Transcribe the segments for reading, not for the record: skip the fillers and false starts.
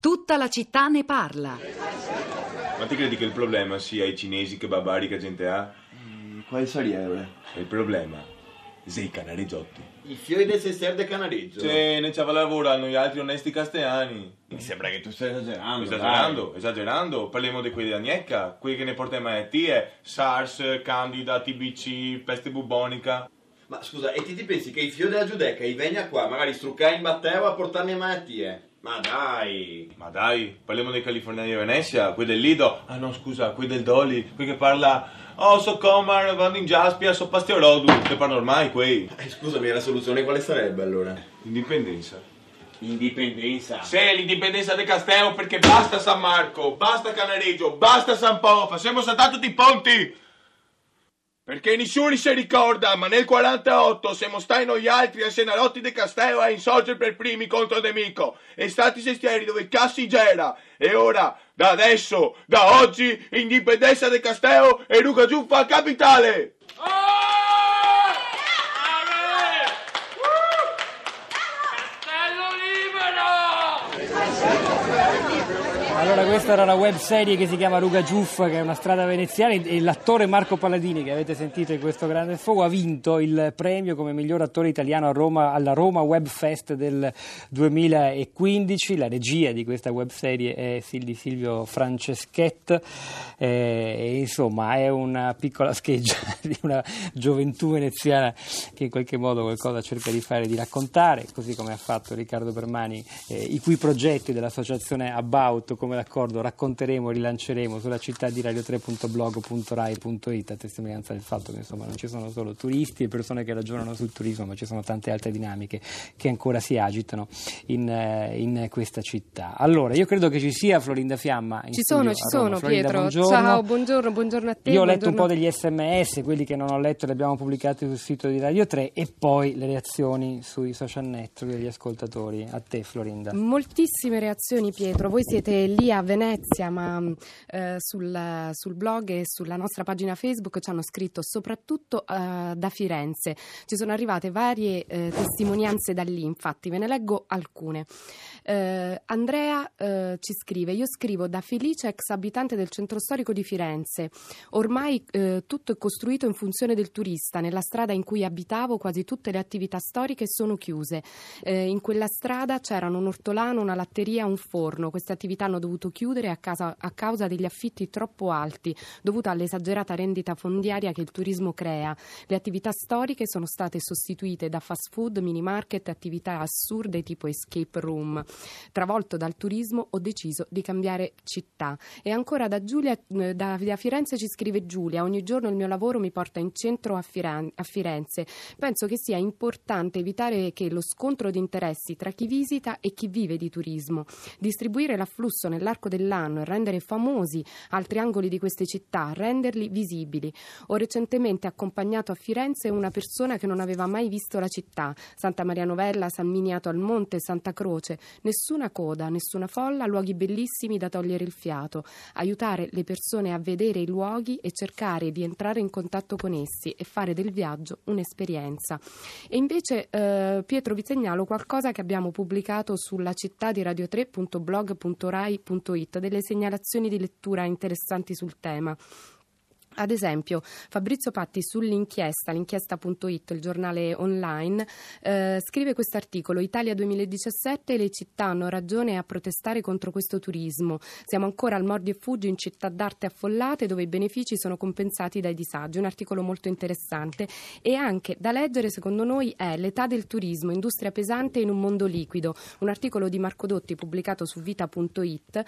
Tutta la città ne parla. Ma ti credi che il problema sia i cinesi che barbari che gente ha? Quale sarebbe? Il problema sei i canaregiotti. I fiori del sestiere del canareggio? Sì, ne ci lavorano gli altri onesti castellani. Mi sembra che tu stai esagerando. Esagerando. Parliamo di quelli della gnecca, quelli che ne portano malattie, SARS, Candida, TBC, peste bubonica. Ma scusa, e ti pensi che i fiori della Giudecca i venga qua, magari struccare in batteo a portarmi malattie? Ma dai, parliamo dei californiani di Venezia, quelli del Lido. Ah no, scusa, quelli del Doli, quelli che parla... Oh, so Comar, vado in Giaspia, so Pasteurodu, te parlo ormai quei. Scusami, la soluzione quale sarebbe allora? Indipendenza. Indipendenza? Sì, l'indipendenza del Castello, perché basta San Marco, basta Canareggio, basta San Paolo, facciamo saltare tutti i ponti! Perché nessuno si ricorda, ma nel 48 siamo stati noi altri a Senalotti del Castello a insorgere per primi contro il nemico, e stati sestieri dove Cassi c'era, e ora, da adesso, da oggi, indipendenza del Castello e Luca Giuffa capitale! Allora, questa era la web serie che si chiama Ruga Giuffa, che è una strada veneziana, e l'attore Marco Palladini, che avete sentito in questo Grande Sfogo, ha vinto il premio come miglior attore italiano alla Roma Web Fest del 2015. La regia di questa web serie è di Silvio Franceschet, e insomma è una piccola scheggia di una gioventù veneziana che in qualche modo qualcosa cerca di fare, di raccontare, così come ha fatto Riccardo Permani, i cui progetti dell'associazione About, come d'accordo, racconteremo e rilanceremo sulla città di radio3.blog.rai.it, a testimonianza del fatto che insomma non ci sono solo turisti e persone che ragionano sul turismo, ma ci sono tante altre dinamiche che ancora si agitano in questa città. Allora, io credo che ci sia Florinda Fiamma in studio. Ci sono Florinda, Pietro. buongiorno. Ciao, buongiorno a te. Io ho letto un po' degli SMS, quelli che non ho letto li abbiamo pubblicati sul sito di Radio 3, e poi le reazioni sui social network degli ascoltatori. A te, Florinda. Moltissime reazioni, Pietro. Voi siete lì a Venezia, ma sul blog e sulla nostra pagina Facebook ci hanno scritto soprattutto da Firenze. Ci sono arrivate varie testimonianze da lì, infatti ve ne leggo alcune. Andrea ci scrive: io scrivo da felice ex abitante del centro storico di Firenze. Ormai tutto è costruito in funzione del turista. Nella strada in cui abitavo quasi tutte le attività storiche sono chiuse. In quella strada c'erano un ortolano, una latteria, un forno. Queste attività hanno dovuto chiudere a causa degli affitti troppo alti, dovuta all'esagerata rendita fondiaria che il turismo crea. Le attività storiche sono state sostituite da fast food, mini market e attività assurde tipo escape room. Travolto dal turismo ho deciso di cambiare città. E ancora da Giulia, da Firenze ci scrive Giulia: ogni giorno il mio lavoro mi porta in centro a Firenze. Penso che sia importante evitare che lo scontro di interessi tra chi visita e chi vive di turismo. Distribuire l'afflusso nell'arco dell'anno e rendere famosi altri angoli di queste città, renderli visibili. Ho recentemente accompagnato a Firenze una persona che non aveva mai visto la città: Santa Maria Novella, San Miniato al Monte, Santa Croce. Nessuna coda, nessuna folla, luoghi bellissimi da togliere il fiato. Aiutare le persone a vedere i luoghi e cercare di entrare in contatto con essi e fare del viaggio un'esperienza. E invece Pietro, vi segnalo qualcosa che abbiamo pubblicato sulla città di radio3.blog.rai.it, delle segnalazioni di lettura interessanti sul tema. Ad esempio, Fabrizio Patti l'inchiesta.it, il giornale online, scrive questo articolo: Italia 2017, le città hanno ragione a protestare contro questo turismo. Siamo ancora al mordi e fuggi in città d'arte affollate dove i benefici sono compensati dai disagi. Un articolo molto interessante, e anche da leggere secondo noi è L'età del turismo, industria pesante in un mondo liquido, un articolo di Marco Dotti pubblicato su vita.it,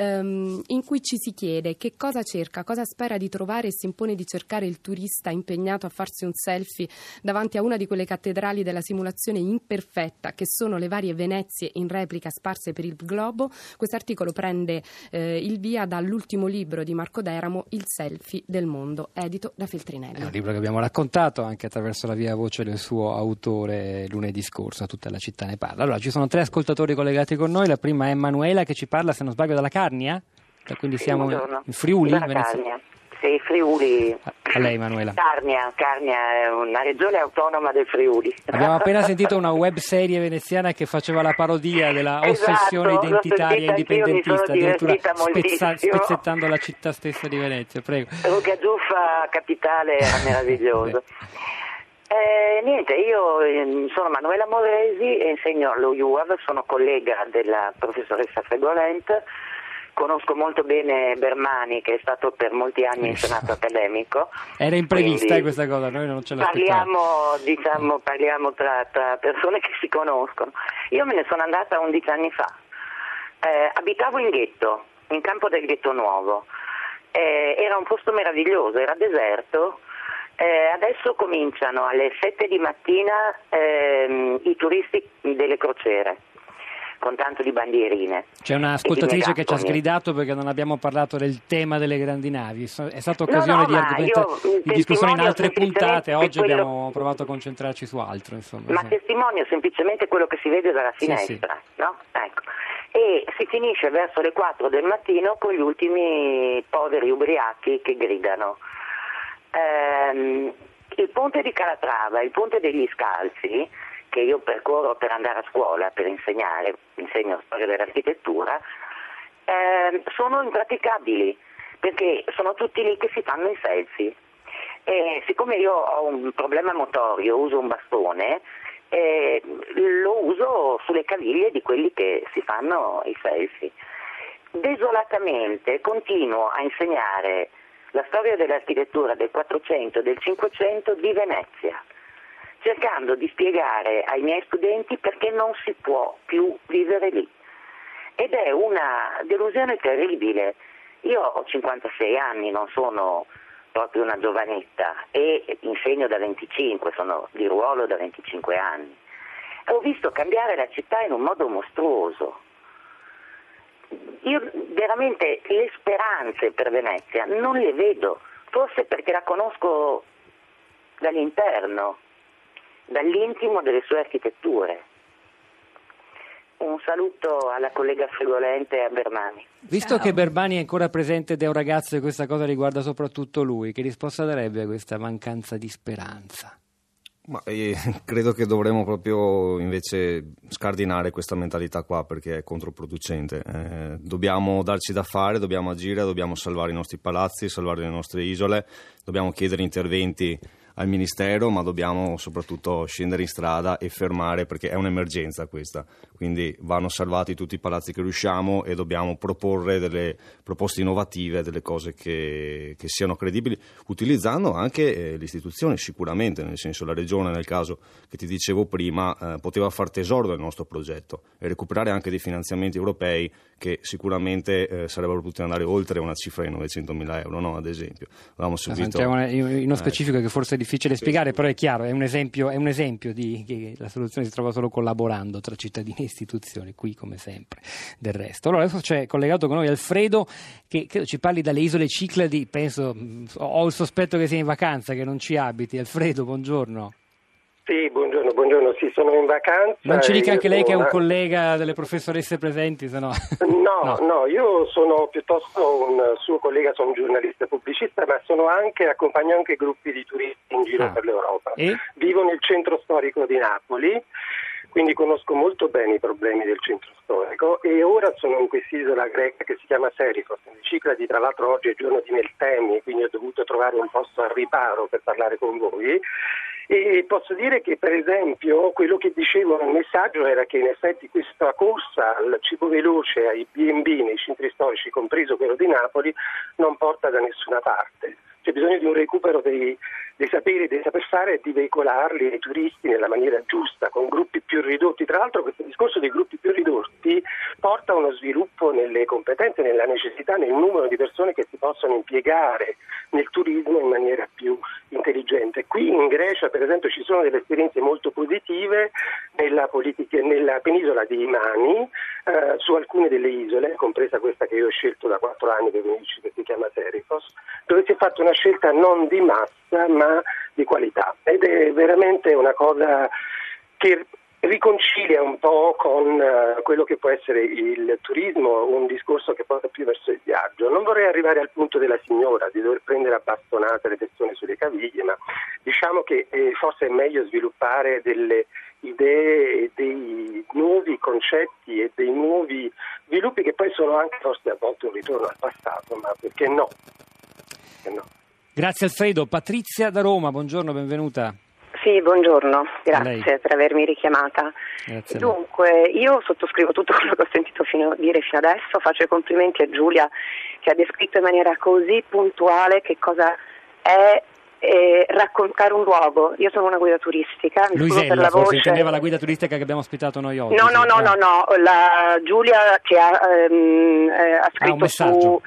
in cui ci si chiede che cosa cerca, cosa spera di trovare e si impone di cercare il turista impegnato a farsi un selfie davanti a una di quelle cattedrali della simulazione imperfetta che sono le varie Venezie in replica sparse per il globo. Quest'articolo prende il via dall'ultimo libro di Marco Deramo, Il selfie del mondo, edito da Feltrinelli. È un libro che abbiamo raccontato anche attraverso la via voce del suo autore lunedì scorso, a Tutta la città ne parla. Allora, ci sono 3 ascoltatori collegati con noi. La prima è Emanuela, che ci parla, se non sbaglio, dalla Carnia, quindi siamo in Friuli, Carnia. Sì, Friuli. A lei, Manuela. Carnia è una regione autonoma del Friuli. Abbiamo appena sentito una web serie veneziana che faceva la parodia della ossessione identitaria indipendentista, addirittura spezzettando la città stessa di Venezia. Prego. Ruga Giuffa capitale era meraviglioso. Niente, io sono Manuela Moresi e insegno allo UAV, sono collega della professoressa Fregolent. Conosco molto bene Bermani, che è stato per molti anni in senato accademico. Era imprevista questa cosa, noi non ce l'aspettavamo. Parliamo tra persone che si conoscono. Io me ne sono andata 11 anni fa. Abitavo in ghetto, in Campo del Ghetto Nuovo. Era un posto meraviglioso, era deserto. Adesso cominciano alle 7 di mattina i turisti delle crociere, con tanto di bandierine. C'è un'ascoltatrice che ci ha sgridato perché non abbiamo parlato del tema delle grandi navi. È stata occasione di discussione in altre puntate, oggi abbiamo provato a concentrarci su altro. Insomma. Ma testimonio semplicemente quello che si vede dalla finestra, sì. No? Ecco. E si finisce verso le 4 del mattino con gli ultimi poveri ubriachi che gridano. Il ponte di Calatrava, il ponte degli Scalzi, che io percorro per andare a scuola, per insegnare, insegno storia dell'architettura, sono impraticabili, perché sono tutti lì che si fanno i selfie. E siccome io ho un problema motorio, uso un bastone, lo uso sulle caviglie di quelli che si fanno i selfie. Desolatamente continuo a insegnare la storia dell'architettura del 400 e del 500 di Venezia, cercando di spiegare ai miei studenti perché non si può più vivere lì. Ed è una delusione terribile. Io ho 56 anni, non sono proprio una giovanetta e insegno da 25, sono di ruolo da 25 anni. E ho visto cambiare la città in un modo mostruoso. Io veramente le speranze per Venezia non le vedo, forse perché la conosco dall'interno, dall'intimo delle sue architetture. Un saluto alla collega Fregolente e a Bermani. Visto che Bermani è ancora presente ed è un ragazzo e questa cosa riguarda soprattutto lui, che risposta darebbe a questa mancanza di speranza? Ma credo che dovremmo proprio invece scardinare questa mentalità qua, perché è controproducente. Dobbiamo darci da fare, dobbiamo agire, dobbiamo salvare i nostri palazzi, salvare le nostre isole, dobbiamo chiedere interventi al Ministero, ma dobbiamo soprattutto scendere in strada e fermare, perché è un'emergenza questa, quindi vanno salvati tutti i palazzi che riusciamo e dobbiamo proporre delle proposte innovative, delle cose che siano credibili, utilizzando anche le istituzioni sicuramente, nel senso la Regione, nel caso che ti dicevo prima, poteva far tesoro del nostro progetto e recuperare anche dei finanziamenti europei che sicuramente sarebbero potuti andare oltre una cifra di 900.000 euro, no? Ad esempio. Avevamo servito, in uno specifico che forse è difficile spiegare, però è chiaro, è un esempio di che la soluzione si trova solo collaborando tra cittadini e istituzioni, qui come sempre del resto. Allora adesso c'è collegato con noi Alfredo, che credo ci parli dalle isole Cicladi, penso, ho il sospetto che sia in vacanza, che non ci abiti. Alfredo, buongiorno. Sì, buongiorno, sì, sono in vacanza. Non ci dica anche lei che è un collega delle professoresse presenti, se no... No, io sono piuttosto un suo collega, sono un giornalista pubblicista, ma accompagno anche gruppi di turisti in giro per l'Europa. Vivo nel centro storico di Napoli, quindi conosco molto bene i problemi del centro storico e ora sono in quest'isola greca che si chiama Serifos, in Cicladi. Tra l'altro oggi è il giorno di Meltemi, quindi ho dovuto trovare un posto al riparo per parlare con voi. E posso dire che, per esempio, quello che dicevo nel messaggio era che in effetti questa corsa al cibo veloce, ai B&B nei centri storici, compreso quello di Napoli, non porta da nessuna parte. C'è bisogno di un recupero dei saperi, dei saper fare e di veicolarli ai turisti nella maniera giusta, con gruppi più ridotti. Tra l'altro questo discorso dei gruppi più ridotti porta a uno sviluppo nelle competenze, nella necessità, nel numero di persone che si possono impiegare nel turismo in maniera più intelligente. Qui in Grecia, per esempio, ci sono delle esperienze molto positive nella penisola di Imani, su alcune delle isole, compresa questa che io ho scelto da 4 anni che si chiama Serifos, dove si è fatta una scelta non di massa ma di qualità, ed è veramente una cosa che riconcilia un po' con quello che può essere il turismo, un discorso che porta più verso il viaggio. Non vorrei arrivare al punto della signora, di dover prendere a bastonate le persone sulle caviglie, ma diciamo che forse è meglio sviluppare delle idee, dei nuovi concetti e dei nuovi sviluppi che poi sono anche forse a volte un ritorno al passato, ma perché no? Grazie Alfredo. Patrizia da Roma, buongiorno, benvenuta. Sì, buongiorno, grazie per avermi richiamata. Grazie. Dunque, io sottoscrivo tutto quello che ho sentito dire fino adesso, faccio i complimenti a Giulia che ha descritto in maniera così puntuale che cosa è raccontare un luogo. Io sono una guida turistica. Luisella forse intendeva la guida turistica che abbiamo ospitato noi oggi. No, la Giulia che ha scritto un messaggio.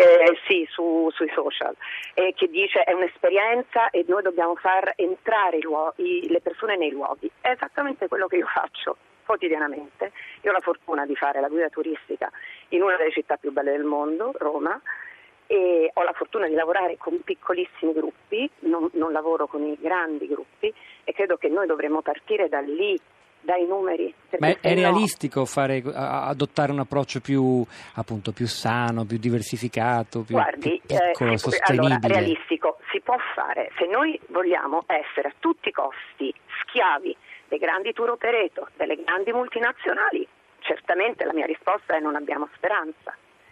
sui social, che dice è un'esperienza e noi dobbiamo far entrare le persone nei luoghi. È esattamente quello che io faccio quotidianamente. Io ho la fortuna di fare la guida turistica in una delle città più belle del mondo, Roma, e ho la fortuna di lavorare con piccolissimi gruppi, non lavoro con i grandi gruppi, e credo che noi dovremmo partire da lì, dai numeri. Ma è realistico adottare un approccio più sano, più diversificato, più piccolo, sostenibile? Allora, realistico si può fare se noi vogliamo essere a tutti i costi schiavi dei grandi tour operator, delle grandi multinazionali. Certamente la mia risposta è non abbiamo speranza.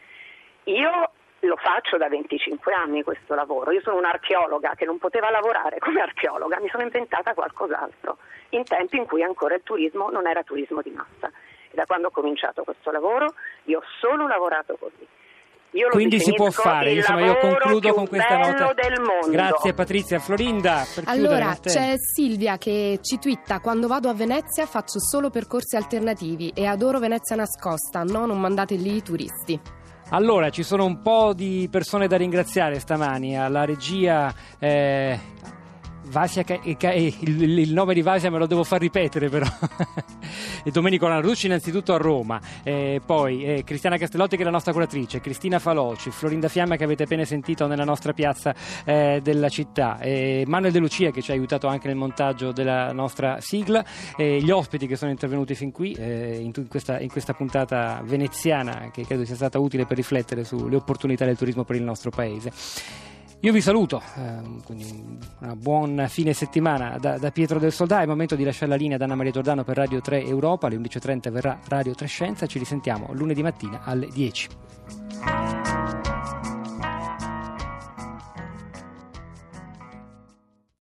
Io lo faccio da 25 anni questo lavoro, io sono un'archeologa che non poteva lavorare come archeologa, mi sono inventata qualcos'altro, in tempi in cui ancora il turismo non era turismo di massa. E da quando ho cominciato questo lavoro io ho solo lavorato così. Quindi si può fare, io concludo con questa nota. Del mondo. Grazie Patrizia. Florinda, per allora c'è Silvia che ci twitta: quando vado a Venezia faccio solo percorsi alternativi e adoro Venezia nascosta, no, non mandate lì i turisti. Allora, ci sono un po' di persone da ringraziare stamani, alla regia Vasia, il nome di Vasia me lo devo far ripetere però, e Domenico Lanrucci innanzitutto a Roma, poi Cristiana Castellotti che è la nostra curatrice, Cristina Faloci, Florinda Fiamma che avete appena sentito nella nostra piazza della città, Manuel De Lucia che ci ha aiutato anche nel montaggio della nostra sigla, gli ospiti che sono intervenuti fin qui in questa puntata veneziana che credo sia stata utile per riflettere sulle opportunità del turismo per il nostro paese. Io vi saluto, quindi una buona fine settimana da Pietro del Soldà. È il momento di lasciare la linea ad Anna Maria Giordano per Radio 3 Europa. Alle 11.30 verrà Radio 3 Scienza. Ci risentiamo lunedì mattina alle 10.